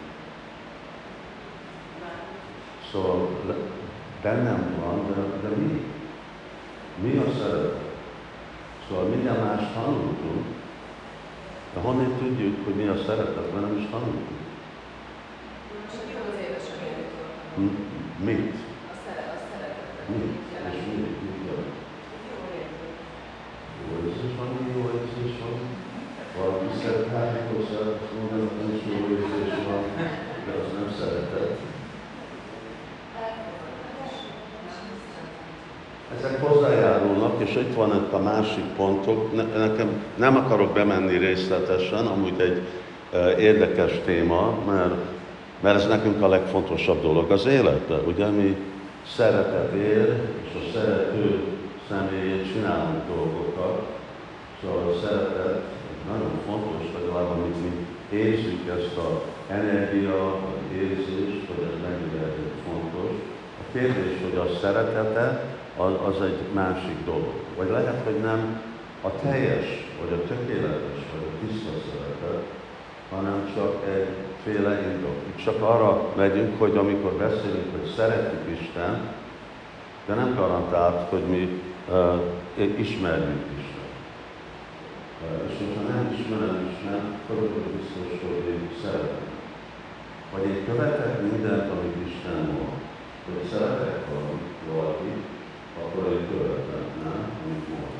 Szóval bennem van, de mi? Mi a szeretet? Szóval minden más tanultunk, de honnét tudjuk, hogy mi a szeretet, mert nem is tanultunk. Mit? A szeretetet. Mit? És mit jelent? Jó érzés van, jó érzés van. Valaki szerethány, akkor szeret mondani, hogy is jó érzés van, de az nem szeretet. Ezek hozzájárulnak, és itt van a másik pontok. Nekem nem akarok bemenni részletesen, amúgy egy érdekes téma, mert ez nekünk a legfontosabb dolog az életben. Ugye mi szeretet ér, és a szerető személyét csinálunk dolgokat. Szóval a szeretet nagyon fontos, legalább amit mi érzünk, ezt az energia, az érzést, hogy ez mennyire fontos. A kérdés, hogy a szeretete, az egy másik dolog. Vagy lehet, hogy nem a teljes, vagy a tökéletes, vagy a tiszta szeretet, hanem csak egyféle indok. Itt csak arra megyünk, hogy amikor beszélünk, hogy szeretjük Isten, de nem garantált, hogy mi ismerjük Istent. És ha nem ismerem Istent, akkor biztos, hogy én szeretem. Vagy én követek mindent, amit Isten mond. Hogy szeretek valakit, akkor én követem, nem? Amit mond.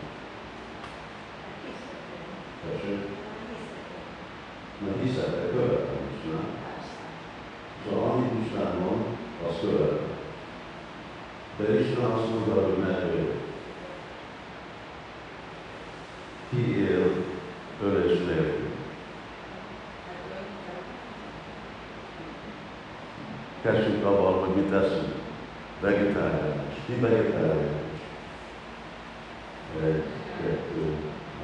Tessék? Mert hiszek, követem is, nem? Szóval amit Isten mond, azt követem. De Isten azt mondja, hogy ne ölj. Ki él ölés nélkül? Kezdjük abban, hogy mit eszünk. Vegetáriánus. Ki vegetáriánus? Egy, kettő,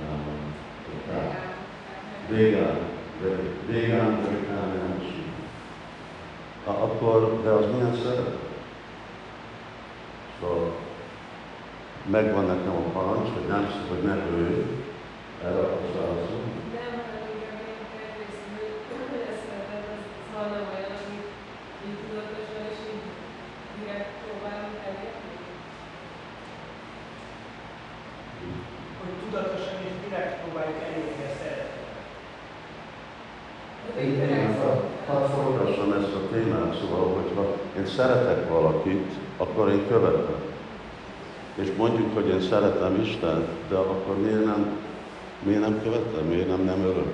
végán, vegetáriánus. Akkor, de az milyen szeret? Szóval megvan nekem a parancs, hogy nem szó, hogy ne ölj, erre akarsz válaszolni? Nem, hanem inkább én kérdezem, hogy ezt szereted, az van olyan, amit így tudatosan és így direkt próbálunk elérni? Hogy tudatosan és direkt próbáljuk elérni a szeretetet. Igen, hadd forgassam ezt a témát, szóval, hogyha én szeretek valakit, akkor én követem. És mondjuk, hogy én szeretem Istent, de akkor miért nem követem, miért nem örök?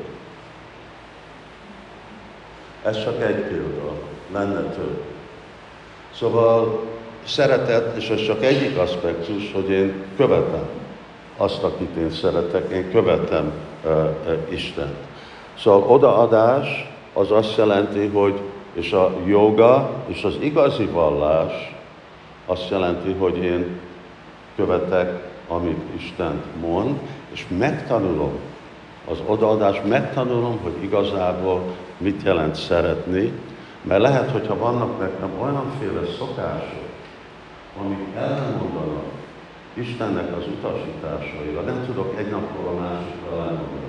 Ez csak egy példa, lenne több. Szóval szeretet, és ez csak egyik aspektus, hogy én követem azt, akit én szeretek, én követem Istent. Szóval odaadás az azt jelenti, hogy és a joga és az igazi vallás azt jelenti, hogy én követek, amit Isten mond, és megtanulom az odaadás, megtanulom, hogy igazából mit jelent szeretni, mert lehet, hogyha vannak nekem olyanféle szokások, amik ellenmondanak Istennek az utasításaira, nem tudok egy napról a másikra elmondani.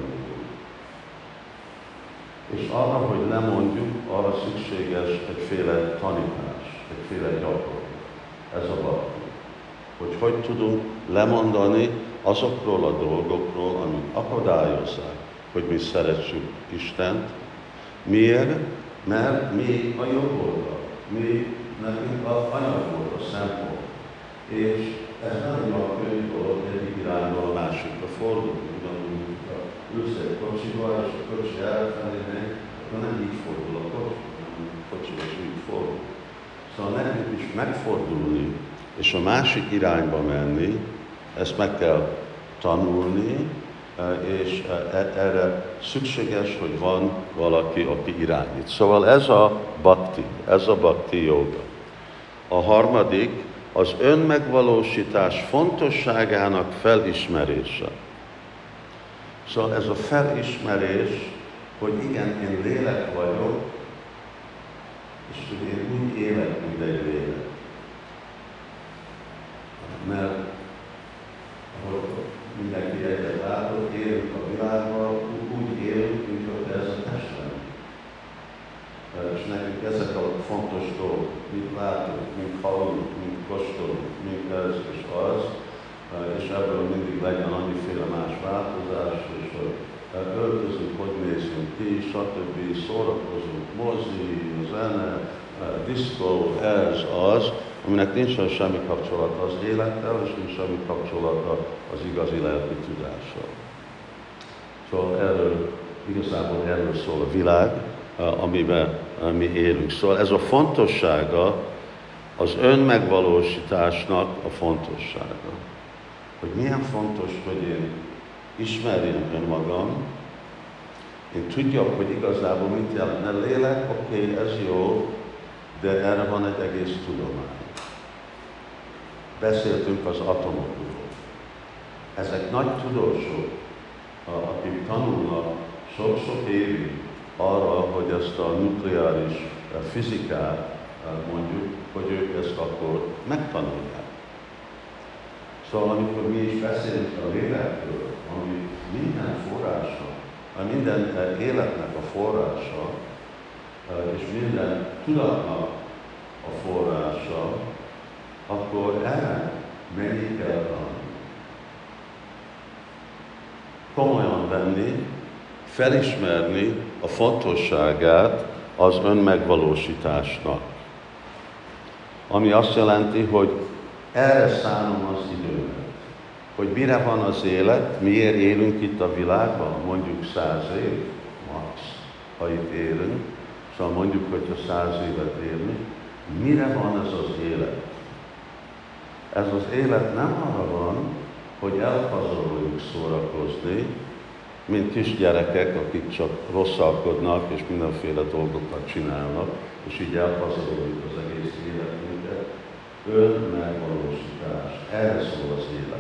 És arra, hogy lemondjuk, arra szükséges egyféle tanítás, egyféle gyakorlat. Ez a bakti. Hogy tudunk lemondani azokról a dolgokról, amik akadályozzák, hogy mi szeressük Istent. Miért? Mert mi a jobb oldal, mi nekünk az anyag volt a szempont. És ez nem egy olyan könnyű dolog, egyik irányból a másikra fordulni. Ugyanúgy, ha ülsz egy kocsiba, és a kocsi elfelé megy, akkor nem így fordul a kocsi, hanem a kocsi az úgy fordul. Szóval nekünk is megfordulni, és a másik irányba menni, ezt meg kell tanulni, és erre szükséges, hogy van valaki, aki irányít. Szóval ez a bhakti joga. A harmadik, az önmegvalósítás fontosságának felismerése. Szóval ez a felismerés, hogy igen, én lélek vagyok, és hogy én úgy élek, mint egy lélek. Mert ahogy mindenki egyet látott, élünk a világban, úgy élünk, mint hogy ez a testem. És nekünk ezek a fontos dolgok, mint látunk, mint hallunk, mint kóstolunk, mint ez és az, és ebből mindig legyen annyiféle más változás, és hogy öltözünk, hogy nézünk ki, stb. Szórakozunk, mozi, zene, diszkó, ez, az, aminek nincsen semmi kapcsolata az élettel, és nincs semmi kapcsolata az igazi lelki tudással. Szóval igazából erről szól a világ, amiben mi élünk. Szóval ez a fontossága, az önmegvalósításnak a fontossága. Hogy milyen fontos, hogy én ismerjem önmagam, én tudjam, hogy igazából mit jelent. Mert lélek, oké, ez jó, de erre van egy egész tudomány. Beszéltünk az atomokról. Ezek nagy tudósok, akik tanulnak sok-sok évig arra, hogy ezt a nukleáris fizikát mondjuk, hogy ők ezt akkor megtanulják. Szóval amikor mi is beszélünk a lélekről, ami minden forrása, minden életnek a forrása, és minden tudatnak a forrása, akkor erre mennyit kell tanulni. komolyan venni, felismerni a fontosságát az önmegvalósításnak. Ami azt jelenti, hogy erre szánom az időmet. Hogy mire van az élet, miért élünk itt a világban, mondjuk 100 év, max, ha itt élünk, szóval mondjuk, hogyha 100 évet élünk, mire van ez az élet? Ez az élet nem arra van, hogy elpazaroljuk szórakozni, mint kisgyerekek, akik csak rosszalkodnak és mindenféle dolgokat csinálnak, és így elpazaroljuk az egész életünket. Önmegvalósítás. Erre szól az élet.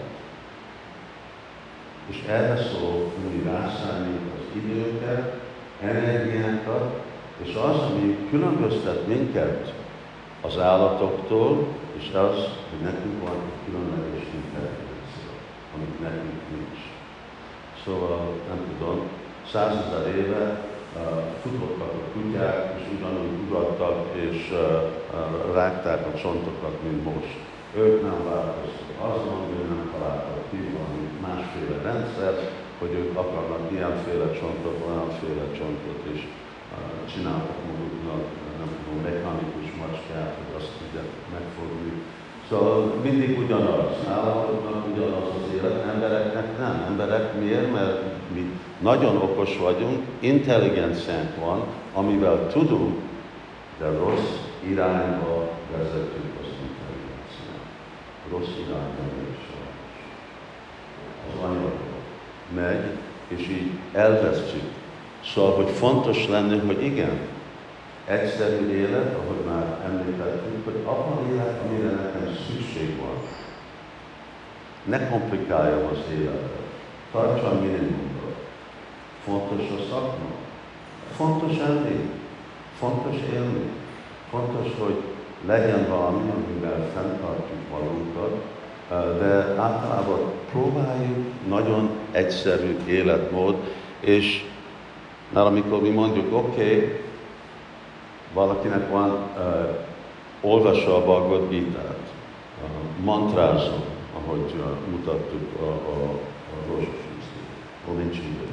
És erre szól, hogy mi rászálljuk az időket, energiánkat, és az, ami különböztet minket az állatoktól, és az, hogy nekünk van egy különleges intelligencia, amit nekünk nincs. Szóval, nem tudom, 100 000 éve futottak a kutyák, és ugyanúgy ugattak, és rágták a csontokat, mint most. Ők nem változtak azon, hogy nem találtak ki valami másféle rendszer, hogy ők akarnak ilyenféle csontot, olyanféle csontot, és csináltak maguknak, nem tudom, mechanikus macskát, hogy azt tudják megfogni. Szóval mindig ugyanaz, állatoknak ugyanaz az élet, embereknek nem. Emberek miért? Mert mi nagyon okos vagyunk, intelligenciánk van, amivel tudunk, de rossz irányba vezetjük az intelligenciát. Rossz irányba megy sajnos. Az anyagba megy, és így elvesztjük. Szóval, hogy fontos lenne, hogy igen, egyszerű élet, ahogy már említettünk, hogy abban élet, amire nekem szükség van. Ne komplikáljam az életet. Tartsam minimumra. Fontos a szakma. Fontos enni. Fontos élni. Fontos, hogy legyen valami, amivel fenntartjuk magunkat, de általában próbáljuk nagyon egyszerű életmód, és mert amikor mi mondjuk, oké, valakinek van, olvassa a Bhagavad Gitát, mantrázom, ahogy mutattuk a Rózsasüzét, nincs idő.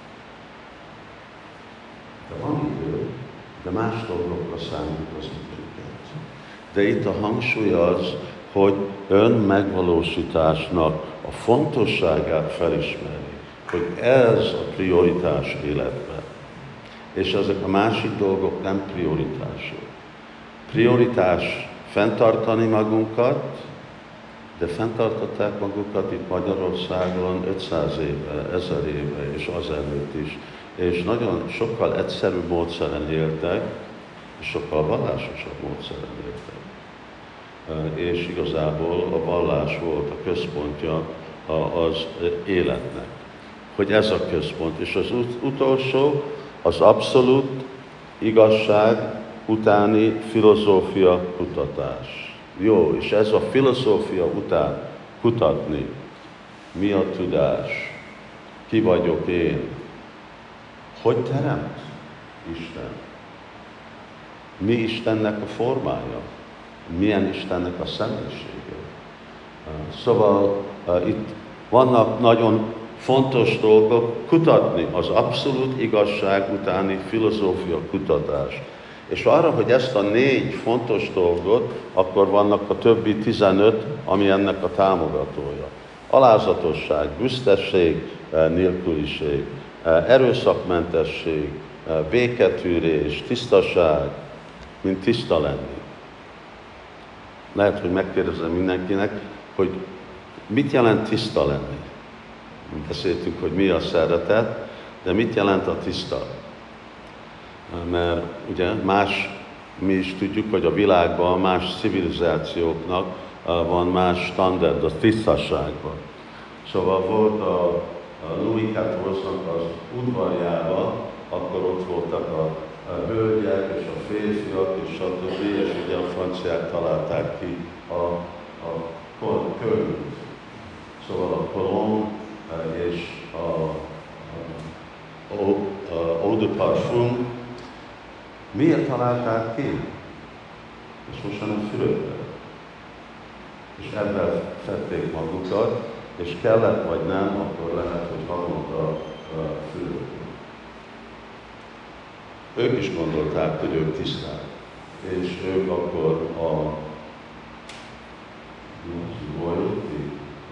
De van idő, de más dolgokra számít az időket. De itt a hangsúly az, hogy önmegvalósításnak a fontosságát felismeri, hogy ez a prioritás életben. És ezek a másik dolgok nem prioritások. Prioritás fenntartani magunkat, de fenntartották magukat itt Magyarországon 500 éve, 1000 éve, és azelőtt is. És nagyon sokkal egyszerűbb módszeren éltek, és sokkal vallásosabb módszeren éltek. És igazából a vallás volt a központja az életnek. Hogy ez a központ. És az utolsó, az abszolút igazság utáni filozófia kutatás. Jó, és ez a filozófia után kutatni, mi a tudás, ki vagyok én, hogy teremt Isten, mi Istennek a formája, milyen Istennek a személyisége. Szóval itt vannak nagyon fontos dolgok, kutatni az abszolút igazság utáni filozófia kutatás. És arra, hogy ezt a 4 fontos dolgot, akkor vannak a többi 15, ami ennek a támogatója. Alázatosság, büszkeség, nélküliség, erőszakmentesség, béketűrés, tisztaság, mint tiszta lenni. Lehet, hogy megkérdezem mindenkinek, hogy mit jelent tiszta lenni. Beszéltünk, hogy mi a szeretet, de mit jelent a tiszta? Mert ugye mi is tudjuk, hogy a világban más civilizációknak van más standard a tisztaságban. Szóval volt a Louis XIV-nak az udvarjában, akkor ott voltak a hölgyek és a férfiak és stb. És ugye a franciák találták ki a körült. Szóval a kolomb és a eau de parfum. Miért találták ki? És most nem fülökre. És ebben fették magukat, és kellett vagy nem, akkor lehet, hogy havonta fürödni. Ők is gondolták, hogy ők tiszták, és ők akkor a royalty,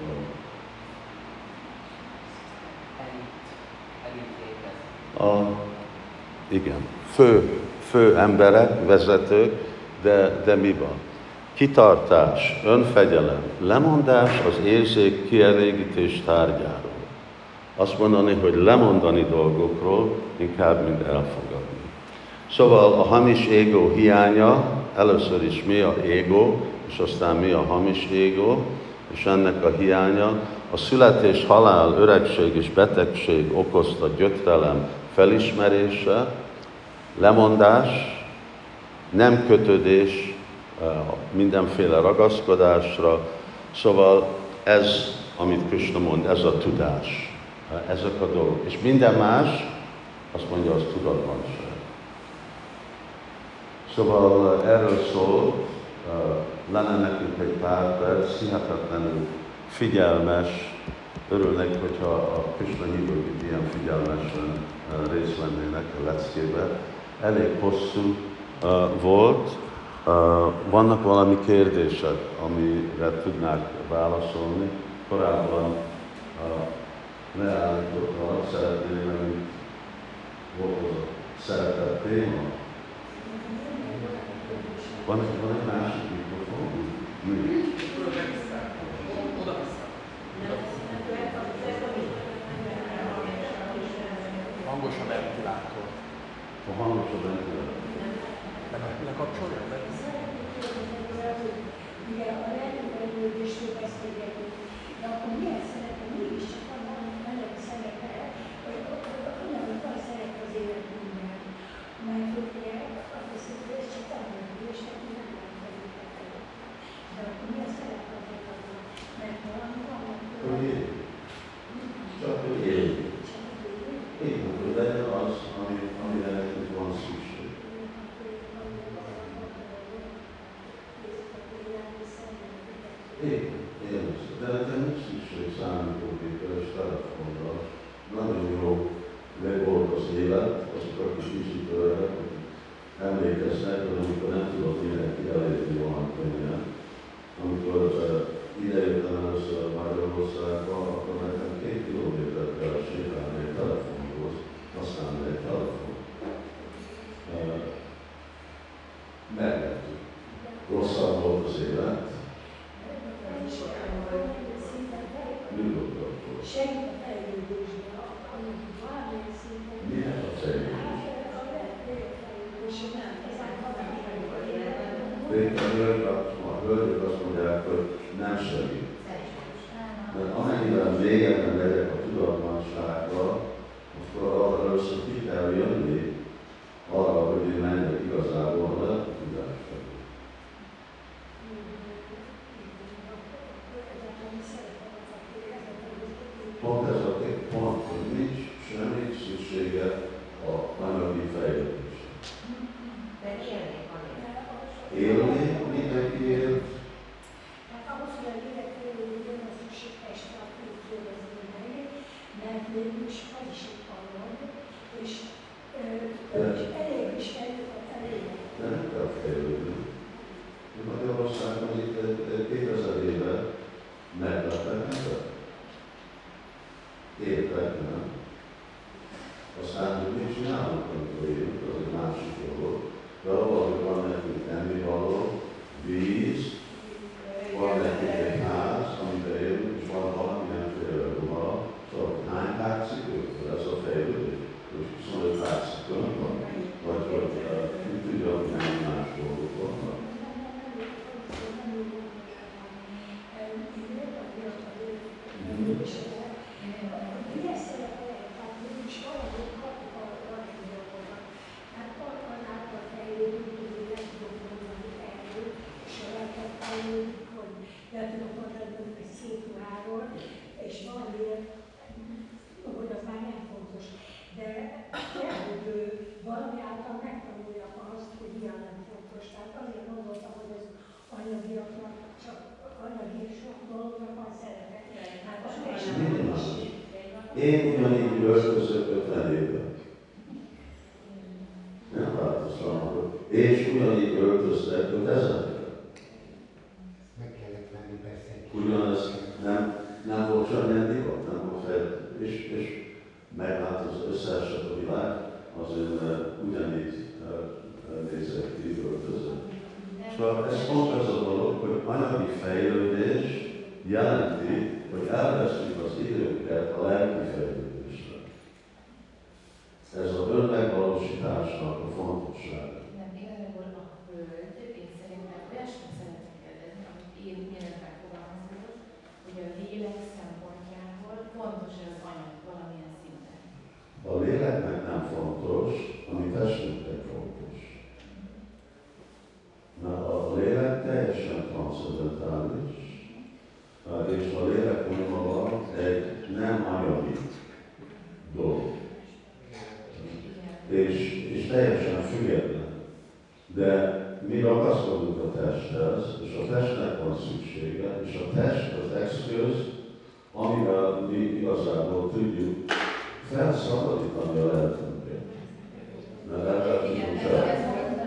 igen, fő emberek, vezetők, de mi van? Kitartás, önfegyelem, lemondás az érzék kielégítés tárgyáról. Azt mondani, hogy lemondani dolgokról, inkább, mint elfogadni. Szóval a hamis ego hiánya, először is mi a ego, és aztán mi a hamis ego, és ennek a hiánya a születés, halál, öregség és betegség okozta gyötrelem felismerése, lemondás, nem kötődés mindenféle ragaszkodásra. Szóval ez, amit Krishna mond, ez a tudás, ezek a dolgok. És minden más, azt mondja, az tudatlanság. Szóval erről szól, lenne nekünk egy pár perc, hihetetlenül figyelmes, örülnék, hogyha a Krishna hívők itt ilyen figyelmesen részt vennének a leckébe. Elég hosszú volt. Vannak valami kérdések, amire tudnák válaszolni. Korábban leállítottam, szeretném, hogy volt az a szeretett téma. Van egy másik mikrofon? Hangos a ventilátor. A hangos a ventilátor. Lekapcsolja meg? Ugye a lelkifejlődésről beszélgetünk, de akkor milyen szerepe, mégiscsak abban meleg szerepe, hogy olyan van szerep az életünkben. Mert ugye azt hiszem, hogy ez csak tanulni, és neki nem lehet felültetni. De akkor milyen szerep adják abban? Mert valami van, Hogy él. Csak hogy él. Igen, hogy legyen az, amire nekünk van szükség. Igen, de nincs szükség számítógépre és telefonra. Nagyon jó megvolt az élet, azok, akik kicsit öregek, emlékeznek, hogy amikor nem tudott mindenki elérni olyan könnyen. Amikor idejöttem először Magyarországba, akkor nekem 2 kilométert kell sétálni egy telefonhoz, használni egy telefon. Meglettük. Rosszabb volt az élet. segít a fejlődésben, amit bármilyen szinten. Milyen a fejlődés? A hölgyek azt mondják, hogy nem segít. Mert amennyiben mélyebben megyek a tudatlanságra, akkor arra először ki kell jönni arra, hogy én menjek igazából a lelki tudásra. Pont ez a pont, hogy nincs semmi szüksége a anyagi fejlődésre. De élni van. Élni, mindenki él. Hát ahhoz, hogy a lélek fejlődjön, az szükség este a kérdezni meg, mert mégis az is egy alap, és elég is eljutott a lélek. De nem kell fejlődni. Magyarországon itt 2000 éve megleptek minket. Értek, nem? Aztán, hogy mit csinálunk, amikor élünk, az egy másik dolog. De valahogy van nekünk ennivaló, víz, van nekünk egy ház, amiben élünk, és van valamilyenféle ruha. Szóval hány párcipőkkel ez a fejlődés? És 25 párcipőnk van? Vagy hogy mit tudja, hogy nem más dolgok vannak? Milyen szerepe lehet? Tehát mégis valahogy kapjuk a dolgokat. Hát annáltal fejlődünk, hogy le tudunk mondani erről, és a lelket Én ugyanígy öltözök 50 éve. Nem változtam. És ugyanígy öltöztek 5000 éve. Meg kellett venni persze. Ugyanaz nem volt semmilyen divat, nem volt fel, és megváltozott, összeesett a világ, azért ugyanígy nézett ki, öltözött. Szóval ez pont az a dolog, hogy anyagi fejlődés jelenti, hogy elvesztjük az időnket a lelki fejlődésre. Ez az önmegvalósításnak a fontossága. Nem, igazából a Föld, én szerintem olyasmit szeretnék kérdezni, amit én mindent megfogalmazok, hogy a lélek szempontjából fontos az anyag valamilyen szinten. A léleknek nem fontos, ami testünknek fontos. Mert a lélek teljesen transzendentális, és a lélek önmaga egy nem anyagi dolog. És teljesen független. De mi ragaszkodunk a testhez, és a testnek van szüksége, és a test az eszköz, amivel mi igazából tudjuk felszabadítani a lelkünket. Mert ebben tudunk fel.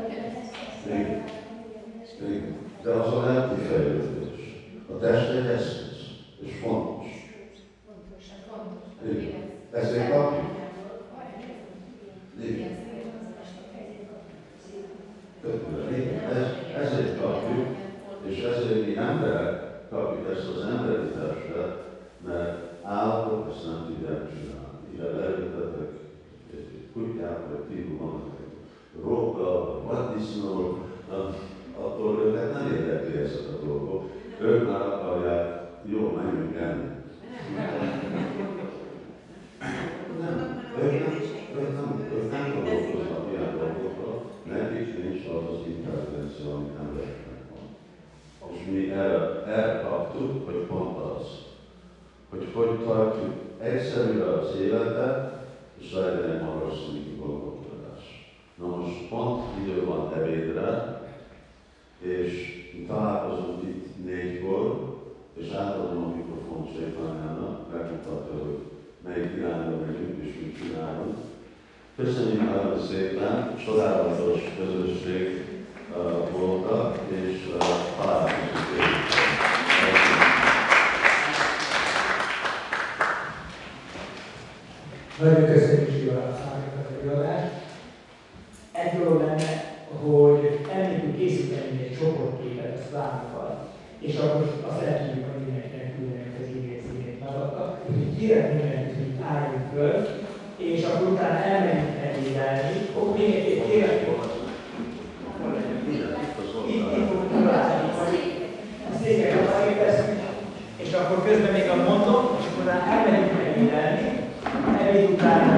De az a lelki fejlődés. A test egy eszköz, és fontos. Ezért kapjuk. Ezért kapjuk, és ezért mi emberek kapjuk ezt az emberi testet, mert állatok ezt nem tudják csinálni. Ide leültetek egy kutyát, vagy tígulon, róka, vagy vaddisznó, attól őket nem érdekli ezek a dolgok. Ők már akarják, jó, menjünk enni. Ők nem gondolkoznak ilyen dolgokra, nekik nincs az az intelligencia, amit embereknek van. És mi erre kaptuk, hogy pont az, hogy tartjuk egyszerűre az életet, és legyen egy magas szintű gondolkodás. Na most pont idő van ebédre, és találkozunk itt 4-kor, és átadom a mikrofont Csétányának, megmutatja, hogy melyik irányba megyünk és mit csinálunk. Köszönjük nagyon szépen, csodálatos közösség voltak, és találkozunk. Nagyon köszönjük Sivarászának az előadást. Egy dolog lenne, hogy elmegyünk készíteni egy csoportképet a szlámokkal, és akkor azt el tudjuk, hogy mindenkinek küldenek az e-mail feladata. Úgyhogy kérek mindenkit, álljunk föl, és akkor utána elmegyünk ebédelni. Még egy kérek volt. Itt fogunk találni, a székeket elveszünk, és akkor közben még a mondom, és akkor utána elmegyünk ebédelni. Ebéd után